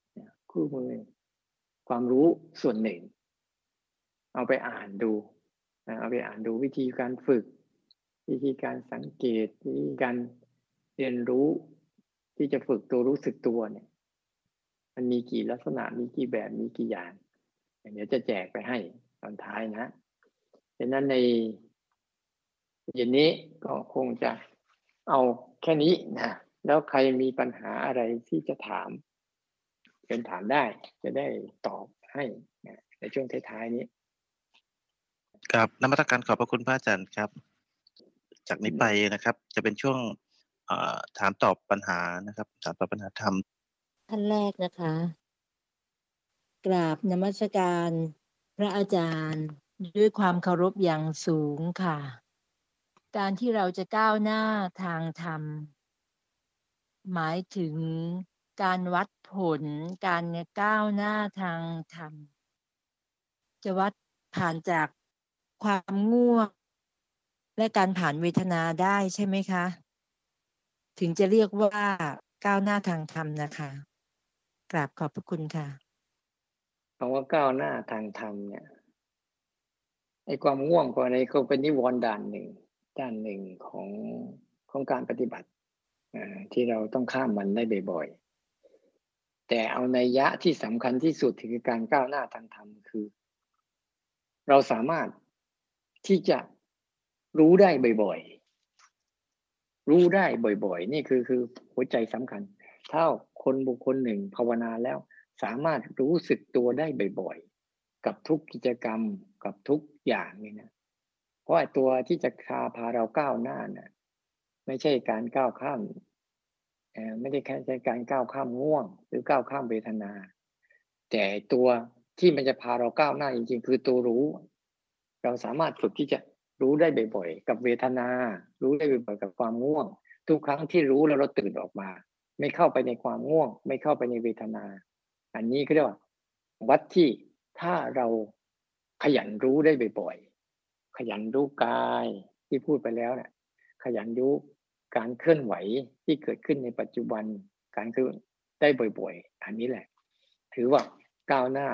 ความรู้ส่วนหนึ่งเอาไปอ่านดูวิธีการฝึกวิธีการสังเกตวิธีการเรียนรู้ที่จะฝึกตัวรู้สึกตัวเนี่ยมันมีกี่ลักษณะมีกี่แบบมีกี่อย่างเดี๋ยวจะแจกไปให้ตอนท้ายนะดังนั้นในเย็นนี้ก็คงจะเอาแค่นี้นะแล้วใครมีปัญหาอะไรที่จะถามเป็นถามได้จะได้ตอบให้ในช่วงท้ายๆนี้กับนมัสการขอบพระคุณพระอาจารย์ครับ จากนี้ไปนะครับ จะเป็นช่วงถามตอบปัญหานะครับ ถามตอบปัญหาธรรมท่านแรกนะคะ กราบนมัสการพระอาจารย์ด้วยความเคารพอย่างสูงค่ะ การที่เราจะก้าวหน้าทางธรรม หมายถึงการวัดผลการก้าวหน้าทางธรรม จะวัดผ่านจากความง่วงและการผ่านเวทนาได้ใช่ไหมคะ ถึงจะเรียกว่าก้าวหน้าทางธรรมนะคะกราบขอบพระคุณค่ะคำว่าก้าวหน้าทางธรรมเนี่ยไอ้ความง่วงก็อะไรก็เป็นนิวรณ์ด้านหนึ่งของการปฏิบัติที่เราต้องข้ามมันได้บ่อยๆแต่เอานัยยะที่สำคัญที่สุดคือการก้าวหน้าทางธรรมคือเราสามารถที่จะรู้ได้บ่อยๆรู้ได้บ่อยๆนี่คือหัวใจสำคัญถ้าคนบุคคลหนึ่งภาวนาแล้วสามารถรู้สึกตัวได้บ่อยๆกับทุกกิจกรรมกับทุกอย่างนี่นะเพราะตัวที่จะพาเราก้าวหน้าน่ะไม่ใช่การก้าวข้ามไม่ได้แค่ใช้การก้าวข้ามง่วงหรือก้าวข้ามเวทนาแต่ตัวที่มันจะพาเราก้าวหน้าจริงๆคือตัวรู้เราสามารถฝึกที่จะรู้ได้บ่อยๆกับเวทนารู้ได้บ่อยๆกับความง่วงทุกครั้งที่รู้แล้วเราตื่นออกมาไม่เข้าไปในความง่วงไม่เข้าไปในเวทนาอันนี้ก็เรียกว่าวัดที่ถ้าเราขยันรู้ได้บ่อยๆขยันรู้กายที่พูดไปแล้วเนี่ยขยันรู้การเคลื่อนไหวที่เกิดขึ้นในปัจจุบันการเคลื่อนได้บ่อยๆอันนี้แหละถือว่าก้าวหน้า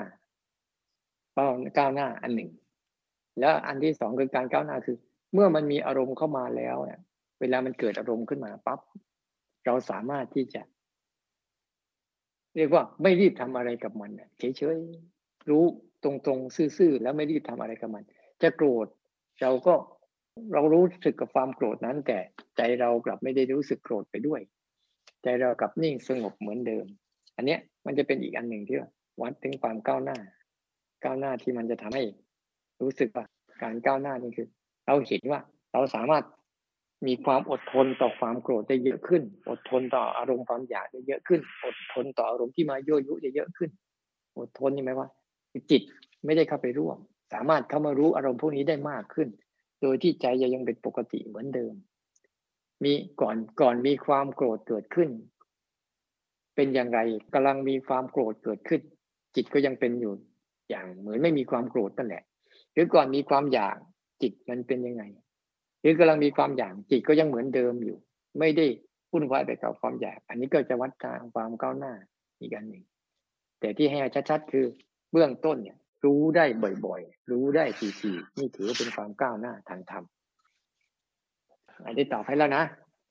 อันหนึ่งแล้วอันที่สองคือการก้าวหน้าคือเมื่อมันมีอารมณ์เข้ามาแล้วเนี่ยเวลามันเกิดอารมณ์ขึ้นมาปั๊บเราสามารถที่จะเรียกว่าไม่รีบทำอะไรกับมันเฉยๆรู้ตรงๆซื่อๆแล้วไม่รีบทำอะไรกับมันจะโกรธเรารู้สึกกับความโกรธนั้นแต่ใจเรากลับไม่ได้รู้สึกโกรธไปด้วยใจเรากลับนิ่งสงบเหมือนเดิมอันเนี้ยมันจะเป็นอีกอันหนึ่งที่วัดถึงความก้าวหน้าที่มันจะทำให้รู้สึกว่าการก้าวหน้านี่คือเราเห็นว่าเราสามารถมีความอดทนต่อความโกรธได้เยอะขึ้นอดทนต่ออารมณ์ความอยากได้เยอะขึ้นอดทนต่ออารมณ์ที่มายั่วยุได้เยอะขึ้นอดทนนี่หมายว่าจิตไม่ได้เข้าไปร่วมสามารถเข้ามารู้อารมณ์พวกนี้ได้มากขึ้นโดยที่ใจยังเป็นปกติเหมือนเดิมมีก่อนมีความโกรธเกิดขึ้นเป็นอย่างไรกำลังมีความโกรธเกิดขึ้นจิตก็ยังเป็นอยู่อย่างเหมือนไม่มีความโกรธนั่นแหละหรือก่อนมีความอยากจิตมันเป็นยังไงหรือกำลังมีความอยากจิตก็ยังเหมือนเดิมอยู่ไม่ได้วุ่นวายไปกับความอยากอันนี้ก็จะวัดทางความก้าวหน้าอีกอันหนึ่งแต่ที่ให้ชัดๆคือเบื้องต้นเนี่ยรู้ได้บ่อยๆรู้ได้ทีๆนี่ถือว่าเป็นความก้าวหน้าทางธรรมอันนี้ตอบให้แล้วนะ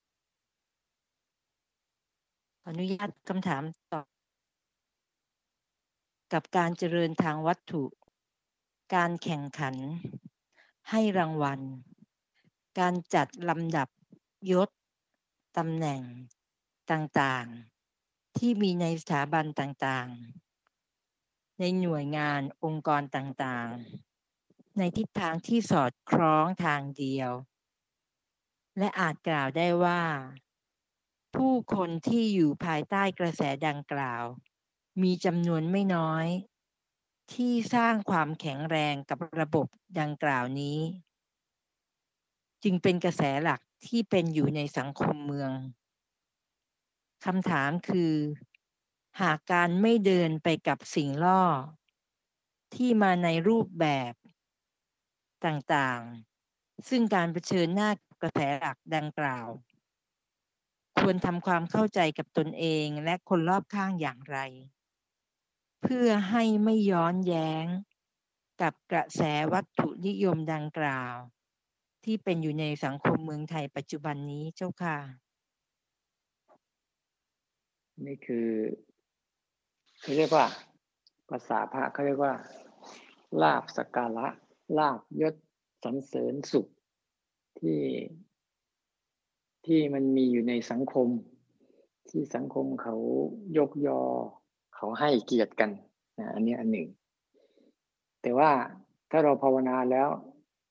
ขออนุญาตคำถามต่อกับการเจริญทางวัตถุ การแข่งขัน ให้รางวัล การจัดลำดับยศตำแหน่งต่างๆ ที่มีในสถาบันต่างๆ ในหน่วยงานองค์กรต่างๆ ในทิศทางที่สอดคล้องทางเดียว และอาจกล่าวได้ว่า ผู้คนที่อยู่ภายใต้กระแสดังกล่าว มีจำนวนไม่น้อย ที่สร้างความแข็งแรงกับระบบดังกล่าวนี้ จึงเป็นกระแสหลักที่เป็นอยู่ในสังคมเมืองคำถามคือหากการไม่เดินไปกับสิ่งล่อที่มาในรูปแบบต่างๆซึ่งการเผชิญหน้ากับกระแสหลักดังกล่าวควรทำความเข้าใจกับตนเองและคนรอบข้างอย่างไรเพื่อให้ไม่ย้อนแย้งกับกระแสวัตถุนิยมดังกล่าวที่เป็นอยู่ในสังคมเมืองไทยปัจจุบันนี้เจ้าค่ะนี่คือเขาเรียกว่าภาษาพระเขาเรียกว่าลาภสักการะลาภยศสรรเสริญสุขที่มันมีอยู่ในสังคมที่สังคมเขายกยอเขาให้เกียรติกันนะอันนี้อันหนึ่งแต่ว่าถ้าเราภาวนาแล้ว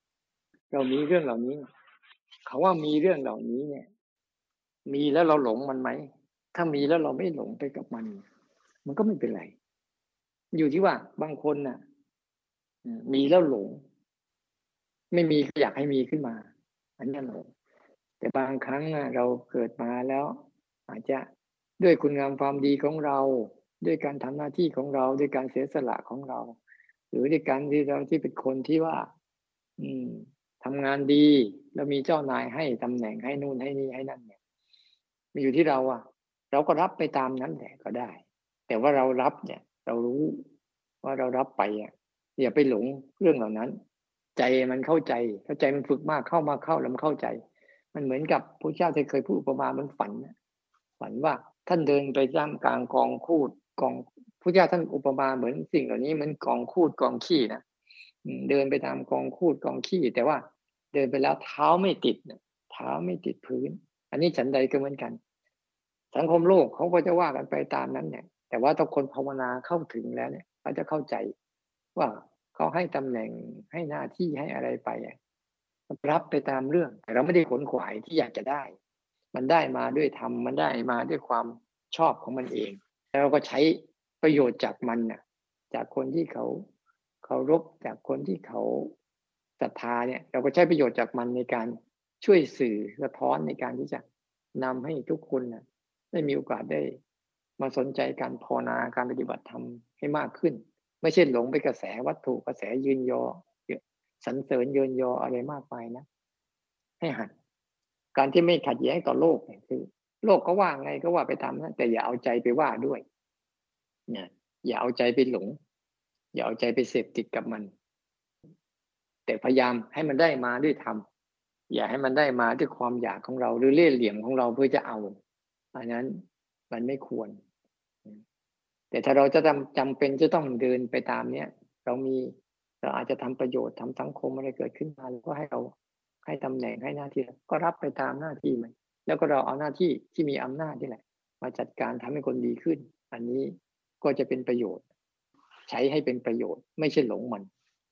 เรามีเรื่องเหล่านี้เขาว่ามีเรื่องเหล่านี้เนี่ยมีแล้วเราหลงมันไหมถ้ามีแล้วเราไม่หลงไปกับมันก็ไม่เป็นไรอยู่ที่ว่าบางคนน่ะมีแล้วหลงไม่มีก็อยากให้มีขึ้นมาอันนี้หลงแต่บางครั้งเราเกิดมาแล้วอาจจะด้วยคุณงามความดีของเราด้วยการทำหน้าที่ของเราด้วยการเสียสละของเราหรือด้วยการที่เราที่เป็นคนที่ว่าทำงานดีแล้วมีเจ้านายให้ตำแหน่งให้นู่นให้นี่ให้นั่นเนี่ยมีอยู่ที่เราเราก็รับไปตามนั้นแหละก็ได้แต่ว่าเรารับเนี่ยเรารู้ว่าเรารับไปอย่าไปหลงเรื่องเหล่านั้นใจมันเข้าใจมันฝึกมากเข้าแล้วมันเข้าใจมันเหมือนกับพระเจ้าเคยพูดอุปมาเหมือนฝันว่าท่านเดินไปท่ามกลางกองคูดกองพระเจ้าท่านอุปมาเหมือนสิ่งเหล่านี้เหมือนกองคูดกองขี้นะเดินไปตามกองคูดกองขี้แต่ว่าเดินไปแล้วเท้าไม่ติดพื้นอันนี้ฉันใดก็เหมือนกันสังคมโลกเขาก็จะว่ากันไปตามนั้นเนี่ยแต่ว่าถ้าคนภาวนาเข้าถึงแล้วเนี่ยเขาจะเข้าใจว่าเขาให้ตำแหน่งให้หน้าที่ให้อะไรไปรับไปตามเรื่องแต่เราไม่ได้ขนขวายที่อยากจะได้มันได้มาด้วยธรรมมันได้มาด้วยความชอบของมันเองแล้วเราก็ใช้ประโยชน์จากมันน่ะจากคนที่เขาเคารพจากคนที่เขาศรัทธาเนี่ยเราก็ใช้ประโยชน์จากมันในการช่วยสื่อสะท้อนในการที่จะนำให้ทุกคนน่ะได้มีโอกาสได้มาสนใจการภาวนาการปฏิบัติธรรมให้มากขึ้นไม่ใช่หลงไปกระแสวัตถุกระแสยืนยอสรรเสริญเยินยออะไรมากมายนะให้หัดการที่ไม่ขัดแย้งต่อโลกเนี่ยคือโลกเขาว่าไงก็ว่าไปตามนั้นแต่อย่าเอาใจไปว่าด้วยเนี่ยอย่าเอาใจไปหลงอย่าเอาใจไปเสพติดกับมันแต่พยายามให้มันได้มาด้วยธรรมอย่าให้มันได้มาด้วยความอยากของเราหรือเล่ห์เหลี่ยมของเราเพื่อจะเอาอันนั้นมันไม่ควรแต่ถ้าเราจะจำเป็นจะต้องเดินไปตามเนี้ยเราอาจจะทำประโยชน์ทำสังคมอะไรเกิดขึ้นมาแล้วก็ให้เราให้ตำแหน่งให้หน้าที่ก็รับไปตามหน้าที่มันแล้วก็เราเอาหน้าที่ที่มีอำนาจนี่แหละมาจัดการทำให้คนดีขึ้นอันนี้ก็จะเป็นประโยชน์ใช้ให้เป็นประโยชน์ไม่ใช่หลงมัน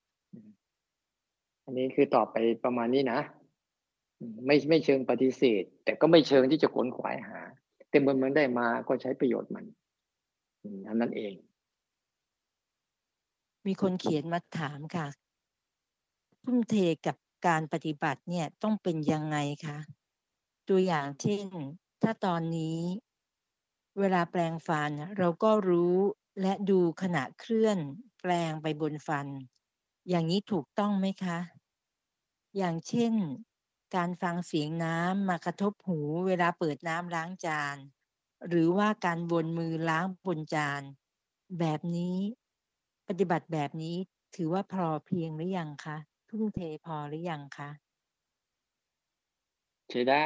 อันนี้คือตอบไปประมาณนี้นะไม่เชิงปฏิเสธแต่ก็ไม่เชิงที่จะขนขวายหาแต่เมื่อมันได้มาก็ใช้ประโยชน์มันเท่านั้นเองมีคนเขียนมาถามค่ะทุ่มเทกับการปฏิบัติเนี่ยต้องเป็นยังไงคะตัวอย่างเช่นถ้าตอนนี้เวลาแปลงฟันเราก็รู้และดูขณะเคลื่อนแปลงไปบนฟันอย่างนี้ถูกต้องไหมคะอย่างเช่นการฟังเสียงน้ำมากระทบหูเวลาเปิดน้ำล้างจานหรือว่าการวนมือล้างบนจานแบบนี้ปฏิบัติแบบนี้ถือว่าพอเพียงหรือยังคะทุ่มเทพอหรือยังคะใช้ได้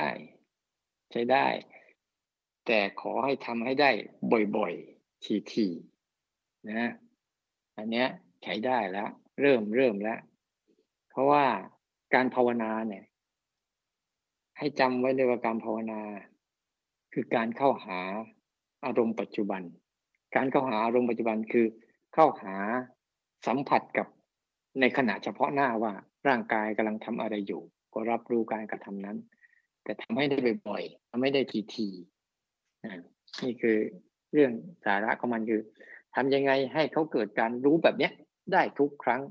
แต่ขอให้ทำให้ได้บ่อยๆทีๆนะอันเนี้ยใช้ได้แล้วเริ่มแล้วเพราะว่าการภาวนาเนี่ยให้จำไว้เลยว่าการภาวนาคือการเข้าหาอารมณ์ปัจจุบันการเข้าหาอารมณ์ปัจจุบันคือเข้าหาสัมผัสกับในขณะเฉพาะหน้าว่าร่างกายกำลังทำอะไรอยู่ก็รับรู้การกระทำนั้นแต่ทำให้ได้บ่อยๆทำให้ได้ทีๆนี่คือเรื่องสาระของมันคือทำยังไงให้เขาเกิดการรู้แบบนี้ได้ทุกครั้ง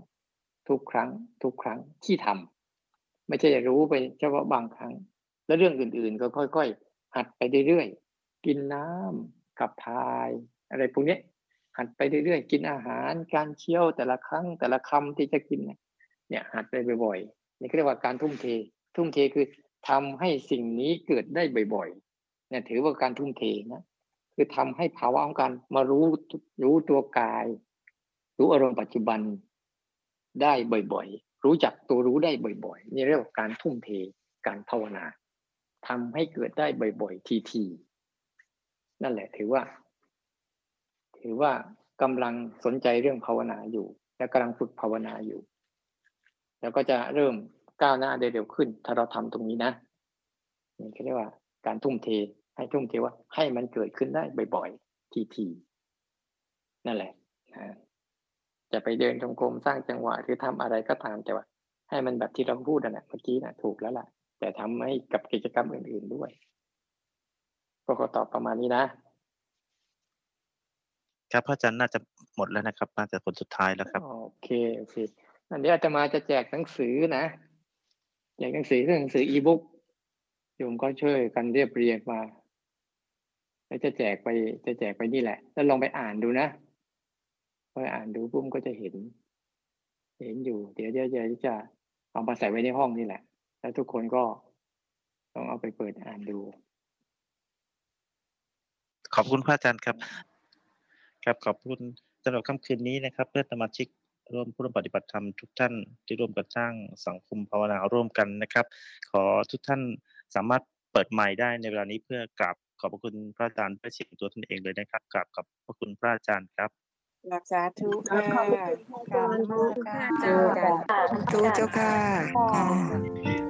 ที่ทำไม่ใช่รู้ไปเฉพาะบางครั้งแล้วเรื่องอื่นๆก็ค่อยๆหัดไปเรื่อยๆกินน้ำขับถ่ายอะไรพวกนี้หัดไปเรื่อยๆกินอาหารการเคี้ยวแต่ละครั้งแต่ละคำที่จะกินเนี่ยหัดไปบ่อยๆนี่เรียกว่าการทุ่มเทคือทำให้สิ่งนี้เกิดได้บ่อยๆเนี่ยถือว่าการทุ่มเทนะคือทำให้ภาวะของการมารู้ตัวกายรู้อารมณ์ปัจจุบันได้บ่อยๆรู้จักตัวรู้ได้บ่อยๆนี่เรียกว่าการทุ่มเทการภาวนาทำให้เกิดได้บ่อยๆทีๆนั่นแหละถือว่ากำลังสนใจเรื่องภาวนาอยู่และกำลังฝึกภาวนาอยู่แล้วก็จะเริ่มก้าวหน้าได้เร็วขึ้นถ้าเราทำตรงนี้นะนี่เขาเรียกว่าการทุ่มเทให้ทุ่มเทว่าให้มันเกิดขึ้นได้บ่อยๆทีๆนั่นแหละจะไปเดินจงกรมสร้างจังหวะหรือทำอะไรก็ตามแต่ว่าให้มันแบบที่เราพูดนั่นแหละเมื่อกี้นะถูกแล้วล่ะแต่ทำให้กับกิจกรรมอื่นๆด้วยก็ขอตอบประมาณนี้นะครับพระอาจารย์น่าจะหมดแล้วนะครับน่าจะคนสุดท้ายแล้วครับโอเคอันนี้อาตมาจะแจกหนังสือนะแจกหนังสืออีบุ๊กโยมก็ช่วยกันเรียบเรียงมาแล้วจะแจกไปนี่แหละแล้วลองไปอ่านดูนะพออ่านดูปุ้มก็จะเห็นอยู่เดี๋ยวจะเอามาใส่ไว้ในห้องนี่แหละแล้วทุกคนก็ต้องเอาไปเปิดอ่านดูขอบคุณพระอาจารย์ครับครับขอบคุณสำหรับค่ำคืนนี้นะครับเพื่อนสมาชิกร่วมปฏิบัติธรรมทุกท่านที่ร่วมกันสร้างสังคมภาวนาร่วมกันนะครับ ขอทุกท่านสามารถเปิดไมค์ได้ในเวลานี้เพื่อกราบขอบพระคุณพระอาจารย์ด้วยเสียงตัวท่านเองเลยนะครับกราบขอบพระคุณพระอาจารย์ครับสาธุค่ะขอบคุณค่ะอาจารย์สาธุเจ้าค่ะ